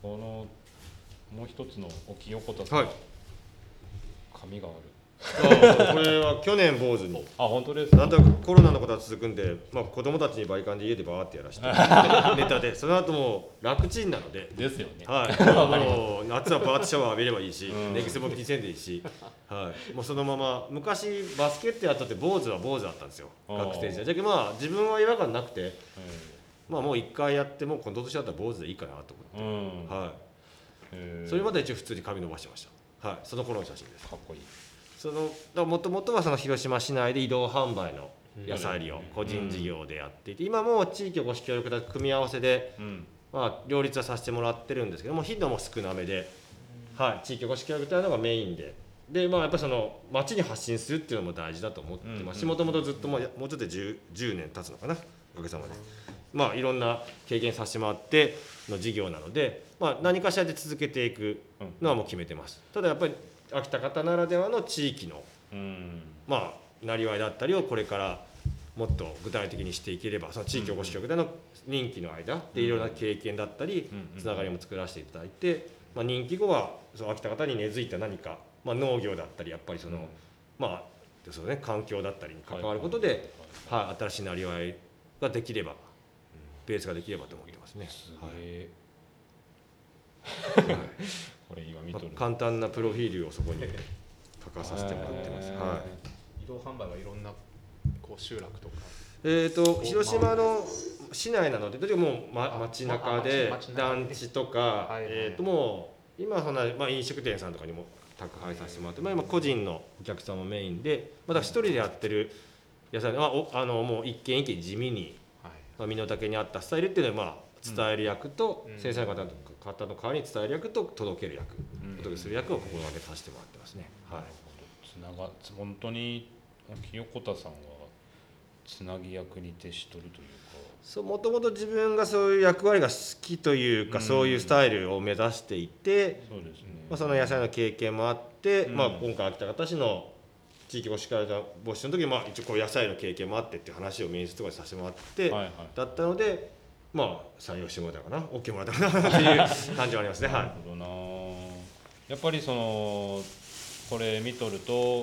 そのもう一つの沖横田さん、 はい、 髪がある。 これは去年坊主に本当ですか。 なんとなくコロナのことは続くんで、子供たちにバイカンで家でバーってやらしてネタで、その後もう楽ちんなのでですよね。 はい、もう夏はバーッとシャワー浴びればいいし、ネギスも気にせんでいいし、はい、もうそのまま昔バスケットやったって坊主は坊主だったんですよ、学生時代。じゃけ自分は違和感なくて、もう一回やっても今度としてだったら坊主でいいかなと思って、はい、それまで一応普通に髪伸ばしてました。はい、その頃の写真です。 かっこいい。 もともとはその広島市内で移動販売の野菜利を個人事業でやっていて、今も地域おこし協力隊組み合わせで、両立はさせてもらってるんですけども、頻度も少なめで、はい、地域おこし協力隊のがメインで、やっぱりその町に発信するっていうのも大事だと思ってますし、もともとずっともうちょっとで 10年経つのかな、おかげさまでいろんな経験させてもらっての事業なので、何かしらで続けていくのはもう決めてます。ただやっぱり秋田方ならではの地域のなりわいだったりをこれからもっと具体的にしていければ、その地域おこし協力隊の任期の間でいろんな経験だったりつながりも作らせていただいて、任期後はその秋田方に根付いた何か、農業だったりやっぱりその、そうね、環境だったりに関わることで、新しいなりわいができれば、ベースができればと思ってますね。 これ今見とる。 簡単なプロフィールをそこに書かさせてもらってます。 移動販売はいろんな集落とか。 広島の市内なので、例えばもう街中で団地とか、もう今そんな飲食店さんとかにも宅配させてもらって、今個人のお客さんもメインで、また一人でやってる野菜はもう一軒一軒地味に身の丈に合ったスタイルっていうのは伝える役と、生産者の方の代わりに伝える役と届ける役、お届けする役を心がけさせてもらってますね。 本当に沖横田さんはつなぎ役に徹しとるというか、 もともと自分がそういう役割が好きというか、そういうスタイルを目指していて、 そうですね、 その野菜の経験もあって、今回秋田方市の地域おこし協力隊募集の時に、一応こう野菜の経験もあってっていう話を面接とかでさせてもらって、だったので採用してもらったかな、 OK もらったかなっていう感じはありますね。 なるほどな。やっぱりそのこれ見とると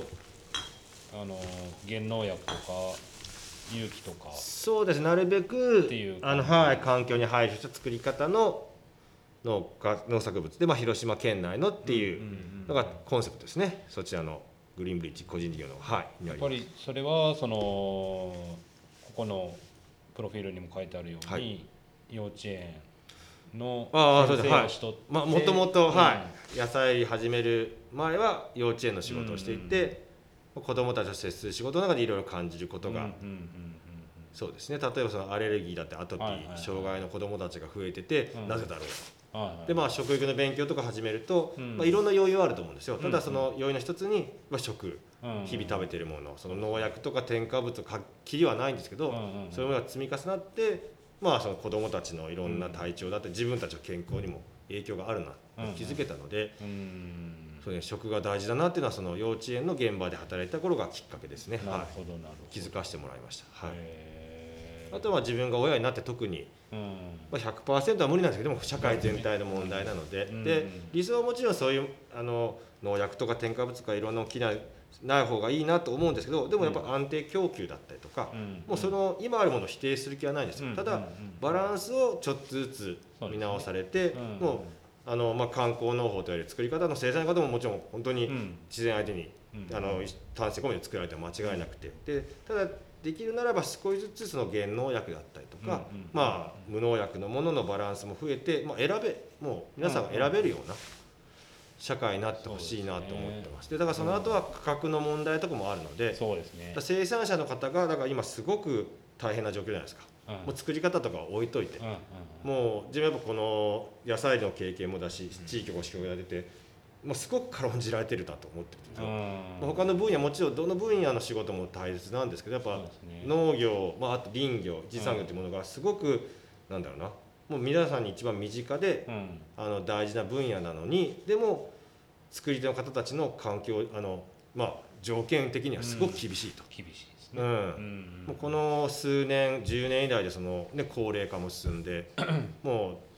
減農薬とか有機とか、 そうですね、なるべく環境に配慮した作り方の農作物で、広島県内のっていうのがコンセプトですね。そちらのグリーンブリッジ個人事業の、 やっぱりそれはここのプロフィールにも書いてあるように、幼稚園の先生をしとって、 もともと野菜始める前は幼稚園の仕事をしていて、子どもたちと接する仕事の中でいろいろ感じることが、そうですね、例えばそのアレルギーだってアトピー、障害の子どもたちが増えてて、なぜだろうと、で食育の勉強とか始めると、いろんな要因はあると思うんですよ。ただその要因の一つに食、日々食べてるもの、その農薬とか添加物はっきりはないんですけど、そういうものが積み重なって、その子どもたちのいろんな体調だって自分たちの健康にも影響があるなと気づけたので、食が大事だなっていうのはその幼稚園の現場で働いた頃がきっかけですね。気づかせてもらいました。あとは自分が親になって特に、100% は無理なんですけども、社会全体の問題なので、理想はもちろんそういう農薬とか添加物とかいろんな大きなない方がいいなと思うんですけど、でもやっぱ安定供給だったりとか、もうその今あるものを否定する気はないんですよ。ただバランスをちょっとずつ見直されて、もう観光農法といわれる作り方の生産方ももちろん本当に自然相手に丹精込めて作られても間違いなくて、ただできるならば少しずつその減農薬だったりとか、無農薬のもののバランスも増えて、もう皆さんが選べるような社会になってほしいなと思ってます。だからその後は価格の問題とかもあるので、生産者の方がだから今すごく大変な状況じゃないですか。もう作り方とか置いといて、もう自分はやっぱこの野菜の経験もだし、地域おこし協力が出て、もうすごく軽んじられてるだと思ってるんですよ。他の分野もちろんどの分野の仕事も大切なんですけど、やっぱ農業、あと林業、一次産業というものがすごくなんだろうな、もう皆さんに一番身近で、大事な分野なのに、でも作り手の方たちの環境条件的にはすごく厳しいと。 厳しいですね。 もうこの数年10年以内で高齢化も進んでもう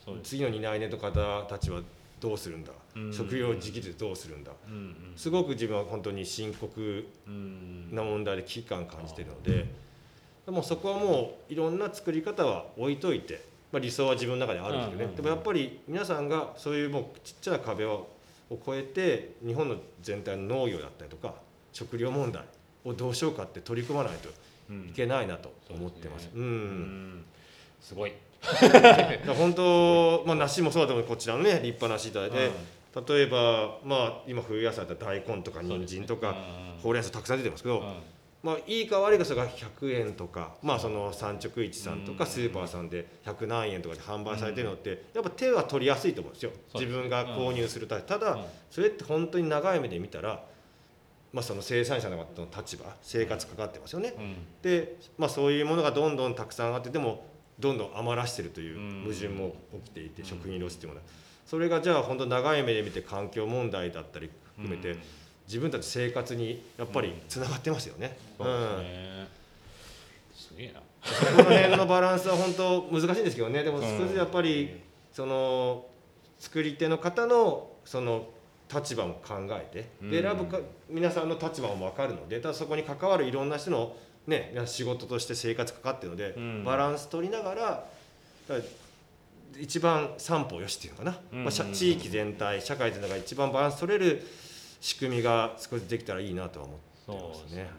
次の担い手の方たちはどうするんだ、食料自給でどうするんだ、すごく自分は本当に深刻な問題で危機感を感じているので、もうそこはもういろんな作り方は置いといて、理想は自分の中であるんですけどね、でもやっぱり皆さんがそういうもうちっちゃな壁を越えて日本の全体の農業だったりとか食料問題をどうしようかって取り組まないといけないなと思ってます。 すごい本当、梨もそうだと思う。こちらのね立派な梨いただいて、例えば今冬野菜だったら大根とか人参とかほうれん草たくさん出てますけど、いいか悪いかそれが100円とか、その産直市さんとかスーパーさんで100何円とかで販売されてるのってやっぱ手は取りやすいと思うんですよ、自分が購入するただそれって本当に長い目で見たら、その生産者の方の立場生活かかってますよね、で、そういうものがどんどんたくさんあってでもどんどん余らしてるという矛盾も起きていて、食品ロスっていうものはそれがじゃあ本当長い目で見て環境問題だったり含めて、自分たち生活にやっぱりつながってますよね。 すげえな。 この辺のバランスは本当難しいんですけどね。でも少しやっぱりその作り手の方のその立場も考えて、で選ぶか皆さんの立場も分かるので、ただそこに関わるいろんな人のね仕事として生活かかってるので、バランス取りながら一番三方よしっていうのかな、地域全体社会全体が一番バランス取れる仕組みが少しできたらいいなとは思ってますね。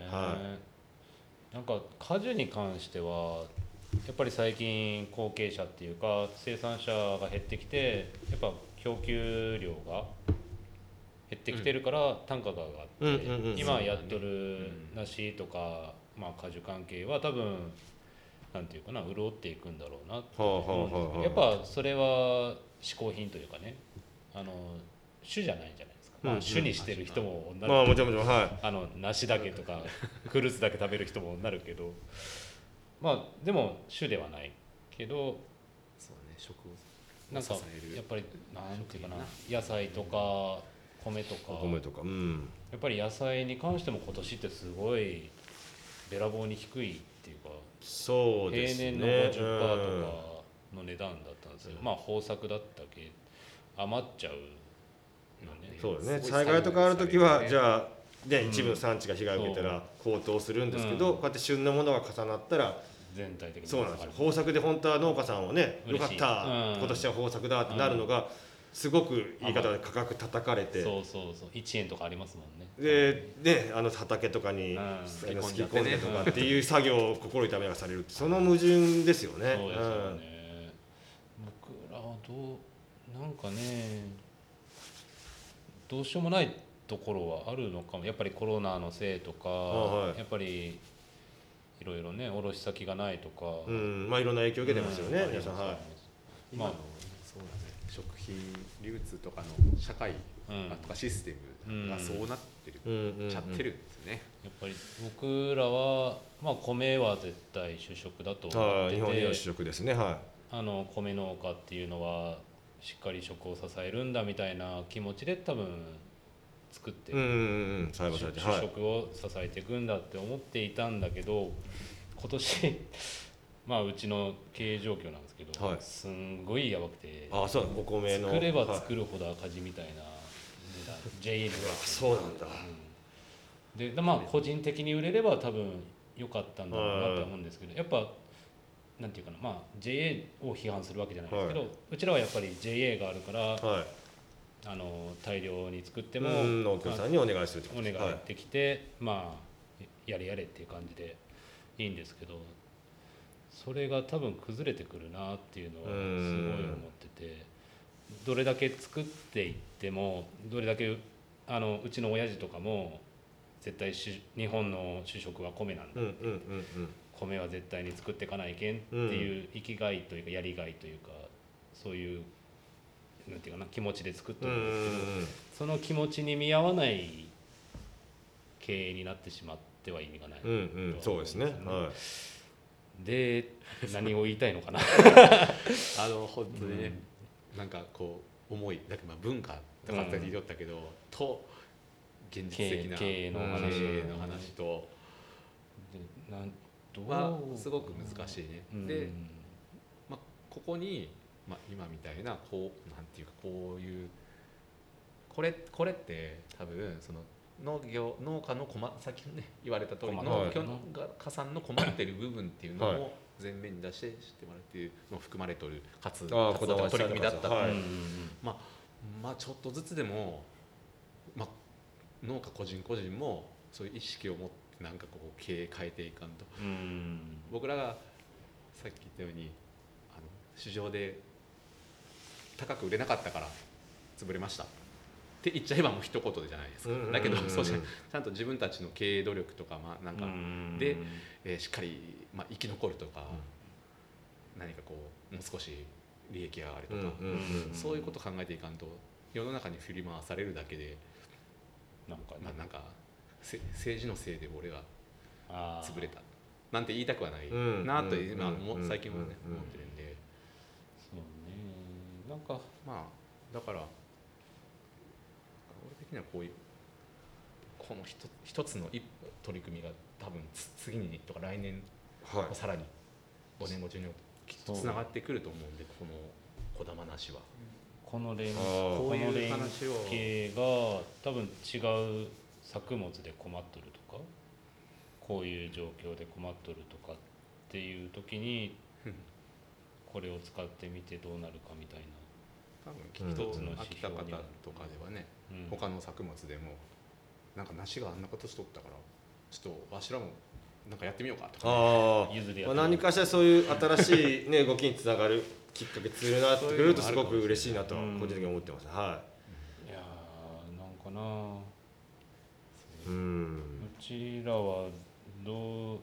なんか果樹に関してはやっぱり最近後継者っていうか生産者が減ってきてやっぱ供給量が減ってきてるから単価が上がって今やっとる梨とか果樹関係は多分なんていうかな潤っていくんだろうなと思うんですけど、やっぱそれは嗜好品というかね種じゃないんじゃないですか。種にしてる人もなるけど、梨だけとかフルーツだけ食べる人もなるけどでも種ではないけど、 そうね、食をなんかやっぱりなんていうかな野菜とか米とかやっぱり野菜に関しても今年ってすごいべらぼうに低いっていうか、 そうですね、 平年の 50% とかの値段だったんですよ。豊作だったけ余っちゃうのね。 そうですね、災害とかある時はじゃあ一部の産地が被害を受けたら高騰するんですけど、こうやって旬のものが重なったら全体的にそうなんですよ。豊作で本当は農家さんはねよかった、今年は豊作だってなるのがすごく言い方で価格叩かれて、 そう1円とかありますもんね。 で畑とかにすき込んでとかっていう作業を心痛めがされるってその矛盾ですよね。 そうですよね。僕らはなんかねどうしようもないところはあるのかも。やっぱりコロナのせいとか、やっぱりいろいろね卸先がないとか、 いろんな影響を受けてますよね、皆さん。 今のそうだね、食品流通とかの社会とかシステムがそうなってるちゃってるんですね。 やっぱり僕らは米は絶対主食だと思ってて、 日本の主食ですね。 米農家っていうのはしっかり食を支えるんだみたいな気持ちで多分作って主食を支えていくんだって思っていたんだけど、今年うちの経営状況なんですけど、すんごいやばくて、 そうお米の作れば作るほど赤字みたいな値段、JA でそうなんだ。 で個人的に売れれば多分良かったんだろうなと思うんですけど、やっぱなんていうかな、JA を批判するわけじゃないですけど、うちらはやっぱり JA があるから、大量に作っても農協さんにお願いするお願いできて、やれやれっていう感じでいいんですけど、それが多分崩れてくるなっていうのはすごい思ってて、どれだけ作っていってもどれだけうちの親父とかも絶対日本の主食は米なんだって、米は絶対に作っていかないけんっていう生きがいというかやりがいというか、そういうなんていうかな気持ちで作ってるんですけど、その気持ちに見合わない経営になってしまっては意味がない。 そうですね。 で何を言いたいのかな本当にね、なんかこう思いだけ文化とかって言いとったけど、と現実的な経営の話とはすごく難しいね。で、ここに今みたいなこうなんていうかこういうこれって多分その農家のさっきね言われた通り農家さんの困ってる部分っていうのを前面に出して知ってもらうっていうのを含まれてる活動とか取り組みだったと、まあちょっとずつでも、農家個人個人もそういう意識を持ってなんかこう経営変えていかんと、僕らがさっき言ったように市場で高く売れなかったから潰れましたって言っちゃえばもう一言じゃないですか。だけどそうじゃない、ちゃんと自分たちの経営努力とかなんかで、しっかり生き残るとか、何かこうもう少し利益が上がるとか、そういうことを考えていかんと世の中に振り回されるだけでなんか政治のせいで俺が潰れたなんて言いたくはないなと最近はね思ってるんで、 そうね、なんかだから俺的にはこの一つの取り組みが多分次にとか来年さらに5年後10年後きっとつながってくると思うんで、この小玉なしはこの連携が多分違う作物で困っとるとかこういう状況で困っとるとかっていう時にこれを使ってみてどうなるかみたいな、 多分一つの秋田方とかではね、他の作物でもなんか梨があんなことしとったからちょっとわしらもなんかやってみようかとか、 何かしらそういう新しい、動きにつながるきっかけつるなってくるとすごく嬉しいなと個人的に思ってます。いやなんかなうちらはどう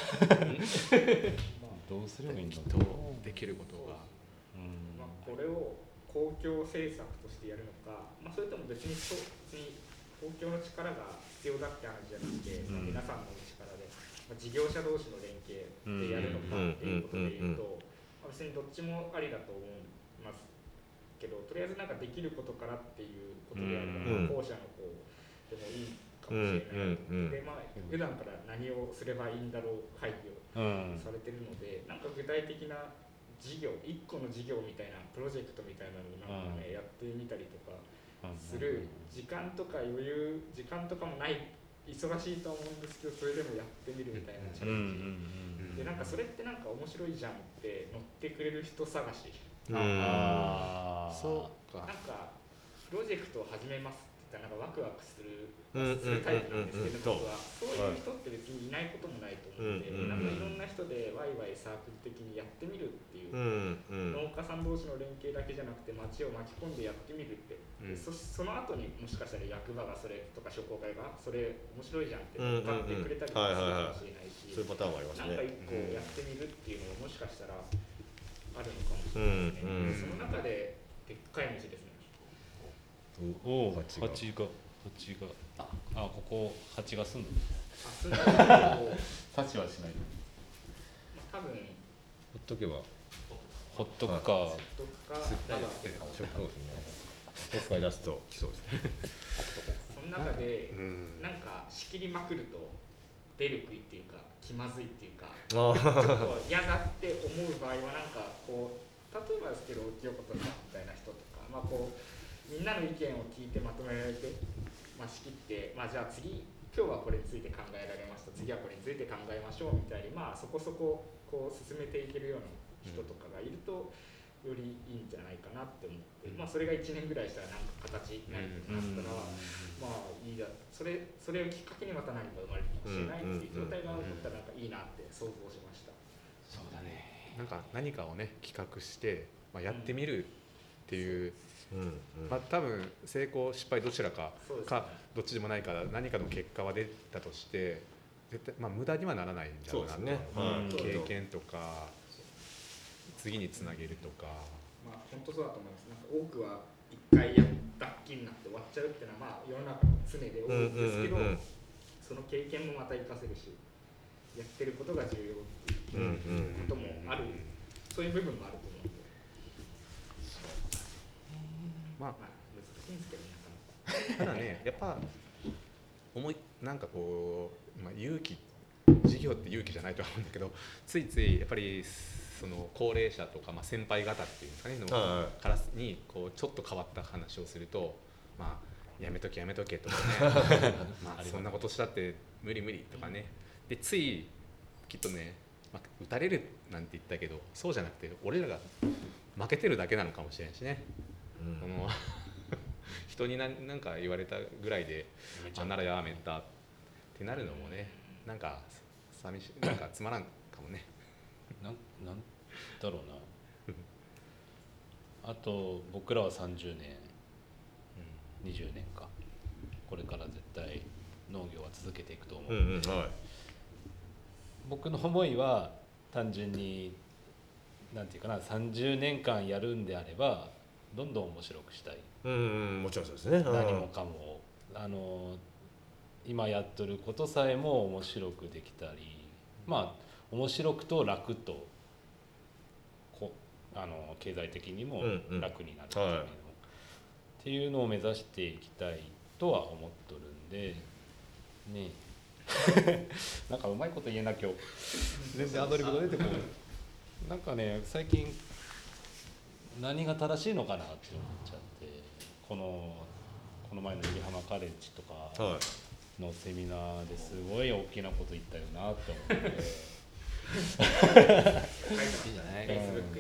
すればいいんだろう。 できることが、 これを公共政策としてやるのか、それとも別に公共の力が必要だって話じゃなくて、皆さんの力で、事業者同士の連携でやるのかっていうことでいうと、別にどっちもありだと思いますけど、とりあえずなんかできることからっていうことであれば、後者の方でもいいかもしれないと思って、普段から何をすればいいんだろう会議をされてるので、なんか具体的な事業1個の事業みたいなプロジェクトみたいなのをなんか、やってみたりとかする時間とか余裕時間とかもない忙しいと思うんですけど、それでもやってみるみたいなチャレンジで、なんかそれってなんか面白いじゃんって乗ってくれる人探し、そうか、なんかプロジェクトを始めますって言ったらなんかワクワクするタイプなんですけど、僕はそういう人って別にいないこともないと思って、なんかいろんな人でワイワイサークル的にやってみるっていう、農家さん同士の連携だけじゃなくて町を巻き込んでやってみるって、その後にもしかしたら役場がそれとか商工会がそれ面白いじゃんって分かってくれたりするかもしれないし、 そういうパターンもありますね。 なんか一個やってみるっていうのももしかしたらあるのかもしれないですね。その中ででっかい虫ですね。 蜂がここ蜂が住んでる。 住んでるけど蜂はしない。 多分ほっとけばほっとくか。 どっかに出すと来そうですね。 その中でなんか仕切りまくると出る杭っていうか気まずいっていうか、ちょっと嫌だって思う場合はなんかこう例えばですけど清子さんみたいな人とか、こうみんなの意見を聞いてまとめられて、仕切って、じゃあ今日はこれについて考えられました、次はこれについて考えましょうみたいに、そこそここう進めていけるような人とかがいるとよりいいんじゃないかなって思って、それが1年ぐらいしたらなんか形になるとなったら、いいだそれをきっかけにまた何か生まれるかもしれないっていう状態が起こったらなんかいいなって想像しました。 そうだね。 なんか何かをね企画して、やってみるっていう。多分成功失敗どちらかどっちでもないから何かの結果は出たとして絶対無駄にはならないんだろうなと、経験とか次につなげるとか、 本当そうだと思います。なんか多くは一回やったっきりになって終わっちゃうっていうのは世の中の常で多いんですけど、その経験もまた活かせるしやってることが重要っていうこともある、そういう部分もあると思うので。難しいんですけどね。 ただね、やっぱなんかこう、勇気事業って勇気じゃないとは思うんだけど、ついついやっぱりその高齢者とか、まあ、先輩方っていうんですかねのはからにこうちょっと変わった話をすると、まあ、やめとけやめとけとかねまあそんなことしたって無理無理とかね、でついきっとね、まあ、打たれるなんて言ったけどそうじゃなくて俺らが負けてるだけなのかもしれないしね、この人になんか言われたぐらいであならやめたってなるのもね、なんか寂しい、なんかつまらんかもねなんだろうなあと僕らは30年20年かこれから絶対農業は続けていくと思うので、僕の思いは単純になんていうかな、30年間やるんであればどんどん面白くしたい、 もちろんそうですね。 何もかも今やっとることさえも面白くできたり、まあ面白くと楽と経済的にも楽になるっていうの、っていうのを目指していきたいとは思っとるんでねなんかうまいこと言えな今日全然アドリブが出てこないなんかね最近何が正しいのかなって思っちゃって、この前の入浜カレッジとかのセミナーですごい大きなこと言ったよなって思っていいじゃない、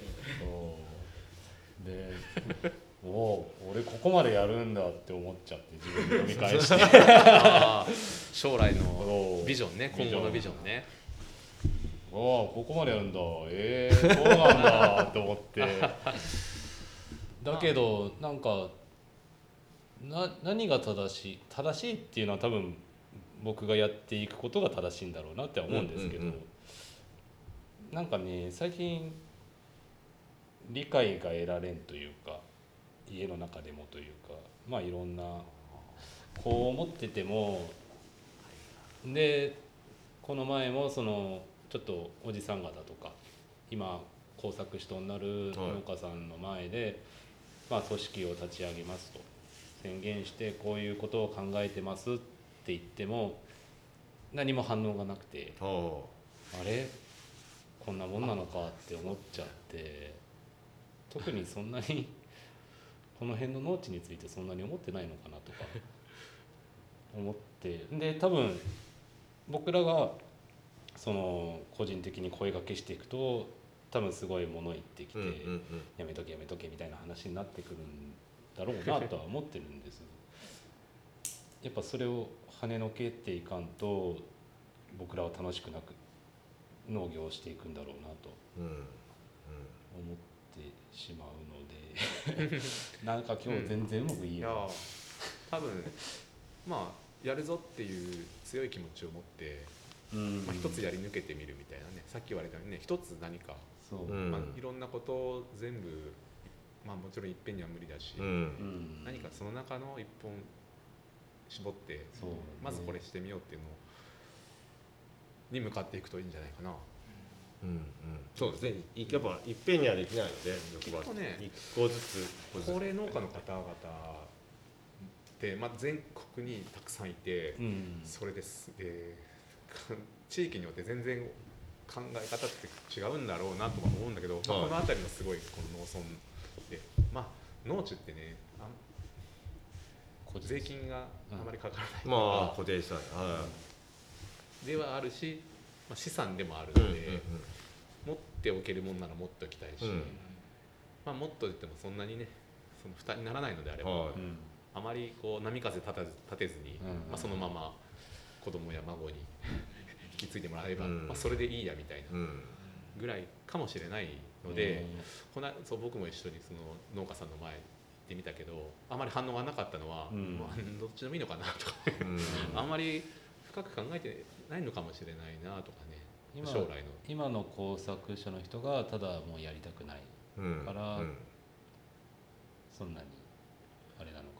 そうで俺ここまでやるんだって思っちゃって自分で読み返して将来のビジョンね、今後のビジョンね、 ここまでやるんだ、そうなんだって思ってだけどなんか何が正しいっていうのは多分僕がやっていくことが正しいんだろうなって思うんですけど、なんかね最近理解が得られんというか、家の中でもというか、まあいろんなこう思っててもで、この前もそのちょっとおじさん方とか今工作人になる農家さんの前で、まあ組織を立ち上げますと宣言してこういうことを考えてますって言っても何も反応がなくて、あれこんなもんなのかって思っちゃって、特にそんなにこの辺の農地についてそんなに思ってないのかなとか思って、で多分僕らがその個人的に声掛けしていくと多分すごいもの言ってきて、やめとけやめとけみたいな話になってくるんだろうなとは思ってるんですやっぱそれを跳ねのけていかんと僕らは楽しくなく農業をしていくんだろうなと思ってしまうのでなんか今日全然うまく言えない、 多分まあやるぞっていう強い気持ちを持って、まあ、一つやり抜けてみるみたいなね、さっき言われたようにね、一つ何かまあ、いろんなことを全部、まあ、もちろんいっぺんには無理だし、何かその中の一本絞って、まずこれしてみようっていうのに向かっていくといいんじゃないかな。 そうですね、やっぱいっぺんにはできないので、 きっとね、 一個ずつ高齢農家の方々って、まあ、全国にたくさんいて、それです、地域によって全然考え方って違うんだろうなとは思うんだけど、まあ、この辺りのすごいこの農村で、まあ、農地ってね税金があまりかからない、 まあ固定資産ではあるし、まあ、資産でもあるので、持っておけるもんなら持っておきたいし、まあ、持っておいてもそんなにねその負担にならないのであれば、あまりこう波風立てずに、まあ、そのまま子供や孫に引き継いでもらえば、まあ、それでいいやみたいなぐらいかもしれないので、そう僕も一緒にその農家さんの前行ってみたけど、あまり反応がなかったのは、まあ、どっちでもいいのかなとか、あんまり深く考えてないのかもしれないなとかね、将来の今の工作者の人がただもうやりたくないから、そんなにあれなのか